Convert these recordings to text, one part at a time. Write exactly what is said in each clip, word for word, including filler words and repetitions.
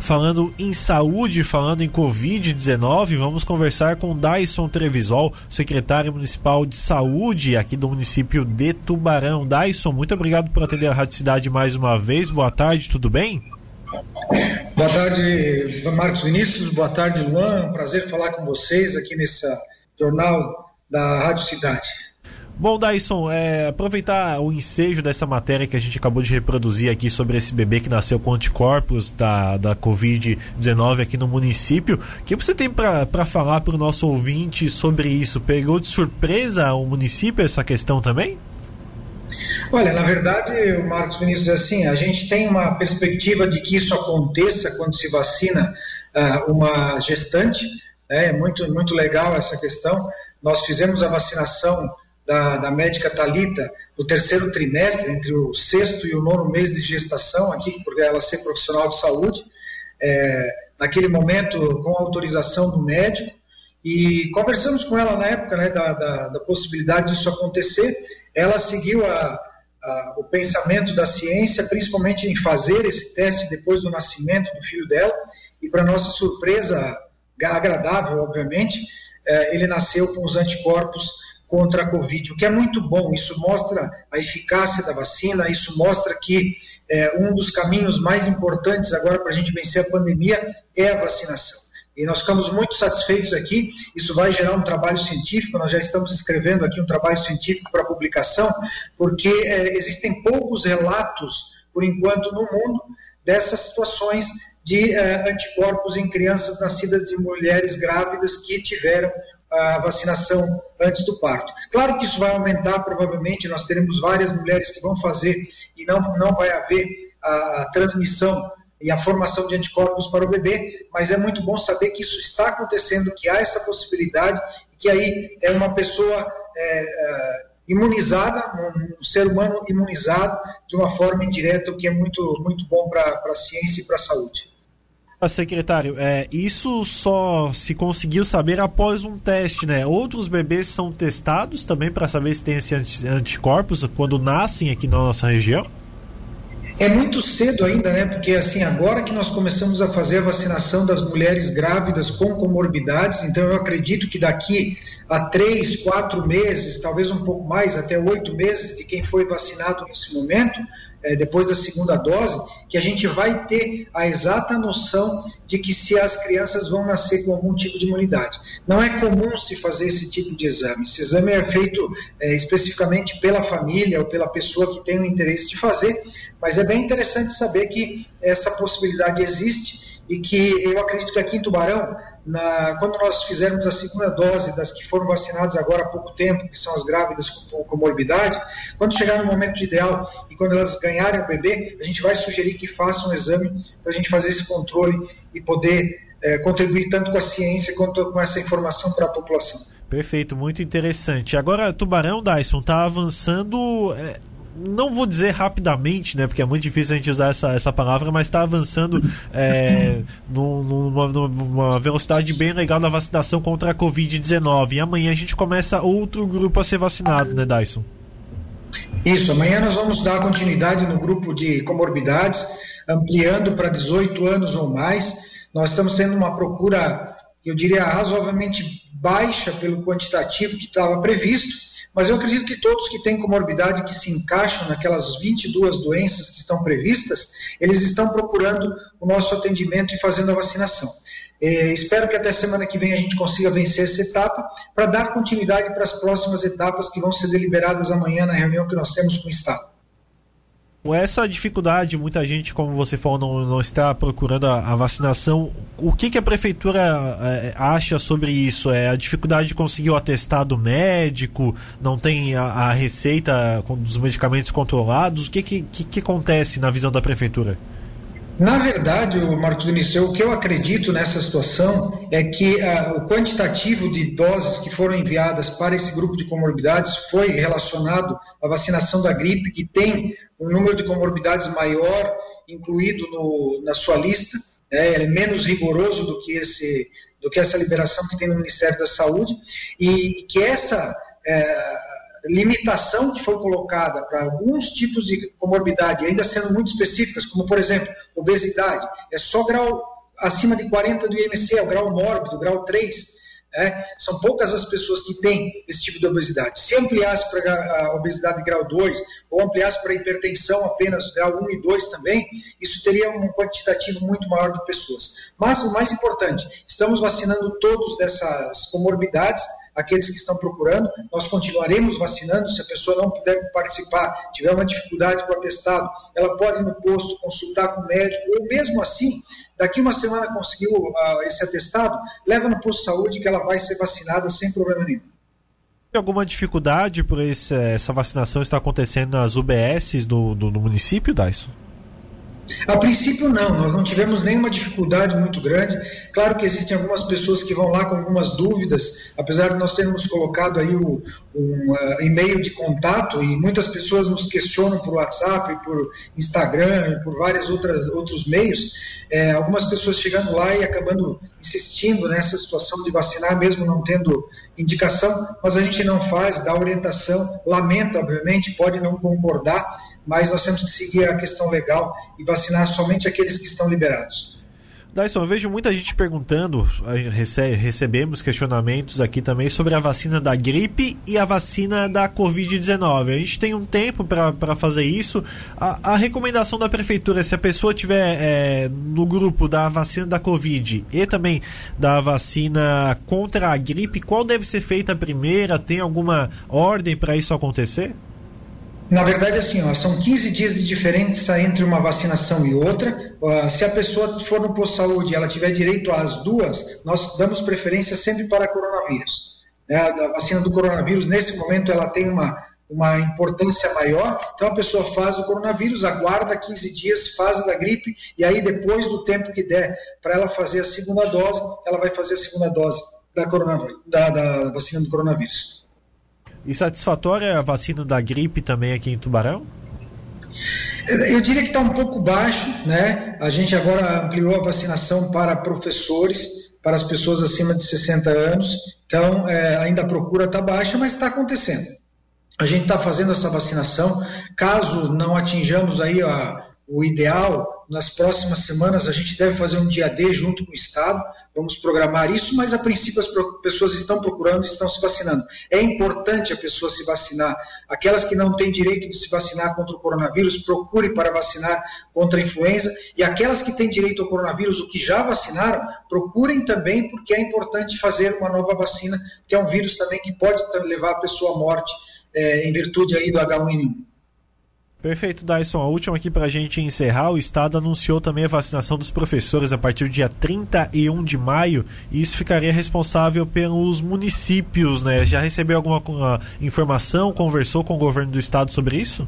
falando em saúde, falando em covid dezenove, vamos conversar com Dayson Trevisol, secretário municipal de saúde aqui do município de Tubarão. Dayson, muito obrigado por atender a Rádio Cidade mais uma vez. Boa tarde, tudo bem? Boa tarde, Marcos Vinícius. Boa tarde, Luan. É um prazer falar com vocês aqui nesse jornal da Rádio Cidade. Bom, Dayson, é, aproveitar o ensejo dessa matéria que a gente acabou de reproduzir aqui sobre esse bebê que nasceu com anticorpos da, da covid dezenove aqui no município. O que você tem para falar para o nosso ouvinte sobre isso? Pegou de surpresa o município essa questão também? Olha, na verdade, Marcos Vinícius, assim, a gente tem uma perspectiva de que isso aconteça quando se vacina uh, uma gestante. É muito, muito legal essa questão. Nós fizemos a vacinação Da, da médica Thalita no terceiro trimestre, entre o sexto e o nono mês de gestação, aqui, por ela ser profissional de saúde, é, naquele momento com autorização do médico, e conversamos com ela na época, né, da, da, da possibilidade disso acontecer. Ela seguiu a, a, o pensamento da ciência, principalmente em fazer esse teste depois do nascimento do filho dela, e para nossa surpresa agradável, obviamente, é, ele nasceu com os anticorpos contra a Covid, o que é muito bom. Isso mostra a eficácia da vacina, isso mostra que é, um dos caminhos mais importantes agora para a gente vencer a pandemia é a vacinação. E nós ficamos muito satisfeitos aqui. Isso vai gerar um trabalho científico, nós já estamos escrevendo aqui um trabalho científico para publicação, porque é, existem poucos relatos, por enquanto, no mundo, dessas situações de é, anticorpos em crianças nascidas de mulheres grávidas que tiveram a vacinação antes do parto. Claro que isso vai aumentar, provavelmente, nós teremos várias mulheres que vão fazer e não, não vai haver a, a transmissão e a formação de anticorpos para o bebê, mas é muito bom saber que isso está acontecendo, que há essa possibilidade, que aí é uma pessoa é, é, imunizada, um, um ser humano imunizado de uma forma indireta, o que é muito, muito bom para a ciência e para a saúde. Secretário, é, isso só se conseguiu saber após um teste, né? Outros bebês são testados também para saber se tem esse anticorpos quando nascem aqui na nossa região? É muito cedo ainda, né? Porque assim, agora que nós começamos a fazer a vacinação das mulheres grávidas com comorbidades, então eu acredito que daqui a três, quatro meses, talvez um pouco mais, até oito meses de quem foi vacinado nesse momento, é, depois da segunda dose, que a gente vai ter a exata noção de que se as crianças vão nascer com algum tipo de imunidade. Não é comum se fazer esse tipo de exame. Esse exame é feito é, especificamente pela família ou pela pessoa que tem o interesse de fazer, mas é bem interessante saber que essa possibilidade existe e que eu acredito que aqui em Tubarão, na, quando nós fizermos a segunda dose das que foram vacinadas agora há pouco tempo, que são as grávidas com comorbidade, quando chegar no momento ideal e quando elas ganharem o bebê, a gente vai sugerir que façam um exame para a gente fazer esse controle e poder é, contribuir tanto com a ciência quanto com essa informação para a população. Perfeito, muito interessante. Agora, Tubarão, Dayson, está avançando... É... não vou dizer rapidamente, né, porque é muito difícil a gente usar essa, essa palavra, mas está avançando é, numa, numa velocidade bem legal na vacinação contra a covid dezenove. E amanhã a gente começa outro grupo a ser vacinado, né, Dayson? Isso, amanhã nós vamos dar continuidade no grupo de comorbidades, ampliando para dezoito anos ou mais. Nós estamos tendo uma procura, eu diria, razoavelmente baixa pelo quantitativo que estava previsto, mas eu acredito que todos que têm comorbidade, que se encaixam naquelas vinte e duas doenças que estão previstas, eles estão procurando o nosso atendimento e fazendo a vacinação. É, espero que até semana que vem a gente consiga vencer essa etapa para dar continuidade para as próximas etapas que vão ser deliberadas amanhã na reunião que nós temos com o Estado. Essa dificuldade, muita gente, como você falou, não, não está procurando a, a vacinação. O que, que a prefeitura é, acha sobre isso? É a dificuldade de conseguir o atestado médico, não tem a, a receita dos medicamentos controlados? O que, que, que, que acontece na visão da prefeitura? Na verdade, Marcos Vinícius, o que eu acredito nessa situação é que uh, o quantitativo de doses que foram enviadas para esse grupo de comorbidades foi relacionado à vacinação da gripe, que tem um número de comorbidades maior incluído no, na sua lista, é, é menos rigoroso do que, esse, do que essa liberação que tem no Ministério da Saúde, e que essa... É, limitação que foi colocada para alguns tipos de comorbidade, ainda sendo muito específicas, como por exemplo, obesidade, é só grau acima de quarenta do I M C, é o grau mórbido, o grau três. É, são poucas as pessoas que têm esse tipo de obesidade. Se ampliasse para a obesidade grau dois ou ampliasse para a hipertensão apenas grau um e dois também, isso teria um quantitativo muito maior de pessoas. Mas o mais importante, estamos vacinando todos dessas comorbidades, aqueles que estão procurando, nós continuaremos vacinando. Se a pessoa não puder participar, tiver uma dificuldade com o atestado, ela pode ir no posto consultar com o médico, ou mesmo assim, daqui uma semana conseguiu uh, esse atestado, leva no posto de saúde que ela vai ser vacinada sem problema nenhum. Tem alguma dificuldade por esse, essa vacinação estar acontecendo nas U B Ss do, do, do município, Dayson? A princípio não, nós não tivemos nenhuma dificuldade muito grande. Claro que existem algumas pessoas que vão lá com algumas dúvidas, apesar de nós termos colocado aí o, um uh, e-mail de contato, e muitas pessoas nos questionam por WhatsApp, por Instagram, por vários outras, outros meios. É, algumas pessoas chegando lá e acabando insistindo nessa situação de vacinar, mesmo não tendo indicação, mas a gente não faz, dá orientação, lamenta, obviamente, pode não concordar, mas nós temos que seguir a questão legal e vacinar somente aqueles que estão liberados. Dayson, eu vejo muita gente perguntando, recebe, recebemos questionamentos aqui também sobre a vacina da gripe e a vacina da covid dezenove. A gente tem um tempo para fazer isso. A, a recomendação da prefeitura, se a pessoa tiver é, no grupo da vacina da Covid e também da vacina contra a gripe, qual deve ser feita primeira? Tem alguma ordem para isso acontecer? Na verdade, assim, ó, são quinze dias de diferença entre uma vacinação e outra. Uh, se a pessoa for no posto de saúde e ela tiver direito às duas, nós damos preferência sempre para coronavírus. É, a vacina do coronavírus, nesse momento, ela tem uma, uma importância maior. Então, a pessoa faz o coronavírus, aguarda quinze dias, faz a da gripe, e aí, depois do tempo que der para ela fazer a segunda dose, ela vai fazer a segunda dose da, da, da vacina do coronavírus. E satisfatória a vacina da gripe também aqui em Tubarão? Eu diria que está um pouco baixo, né? A gente agora ampliou a vacinação para professores, para as pessoas acima de sessenta anos, então é, ainda a procura está baixa, mas está acontecendo. A gente está fazendo essa vacinação, caso não atinjamos aí a, o ideal, nas próximas semanas a gente deve fazer um dia D junto com o Estado, vamos programar isso, mas a princípio as pessoas estão procurando e estão se vacinando. É importante a pessoa se vacinar. Aquelas que não têm direito de se vacinar contra o coronavírus, procure para vacinar contra a influenza, e aquelas que têm direito ao coronavírus, o que já vacinaram, procurem também, porque é importante fazer uma nova vacina, que é um vírus também que pode levar a pessoa à morte é, em virtude aí do H um N um. Perfeito, Dayson. A última aqui para a gente encerrar. O Estado anunciou também a vacinação dos professores a partir do dia trinta e um de maio, e isso ficaria responsável pelos municípios, né? Já recebeu alguma informação, conversou com o governo do Estado sobre isso?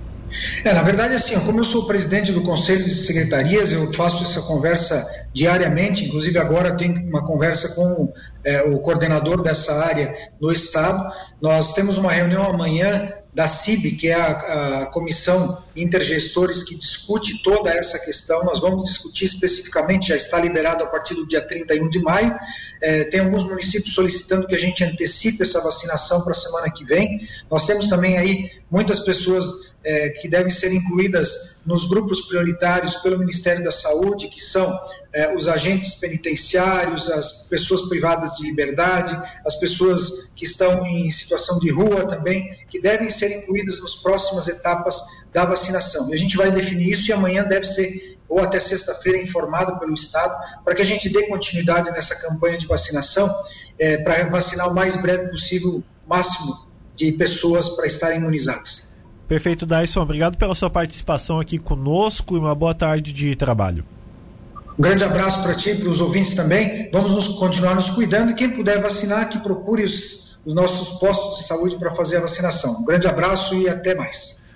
É, na verdade, assim, como eu sou presidente do Conselho de Secretarias, eu faço essa conversa diariamente, inclusive agora tenho uma conversa com é, o coordenador dessa área no Estado. Nós temos uma reunião amanhã da C I B, que é a, a Comissão Intergestores, que discute toda essa questão. Nós vamos discutir especificamente, já está liberado a partir do dia trinta e um de maio. É, tem alguns municípios solicitando que a gente antecipe essa vacinação para a semana que vem. Nós temos também aí muitas pessoas é, que devem ser incluídas nos grupos prioritários pelo Ministério da Saúde, que são é, os agentes penitenciários, as pessoas privadas de liberdade, as pessoas que estão em situação de rua também, que devem ser incluídas nas próximas etapas da vacinação. E a gente vai definir isso, e amanhã deve ser, ou até sexta-feira, informado pelo Estado, para que a gente dê continuidade nessa campanha de vacinação, é, para vacinar o mais breve possível o máximo de pessoas para estarem imunizadas. Perfeito, Dayson. Obrigado pela sua participação aqui conosco e uma boa tarde de trabalho. Um grande abraço para ti e para os ouvintes também. Vamos nos, continuar nos cuidando, e quem puder vacinar, que procure os, os nossos postos de saúde para fazer a vacinação. Um grande abraço e até mais.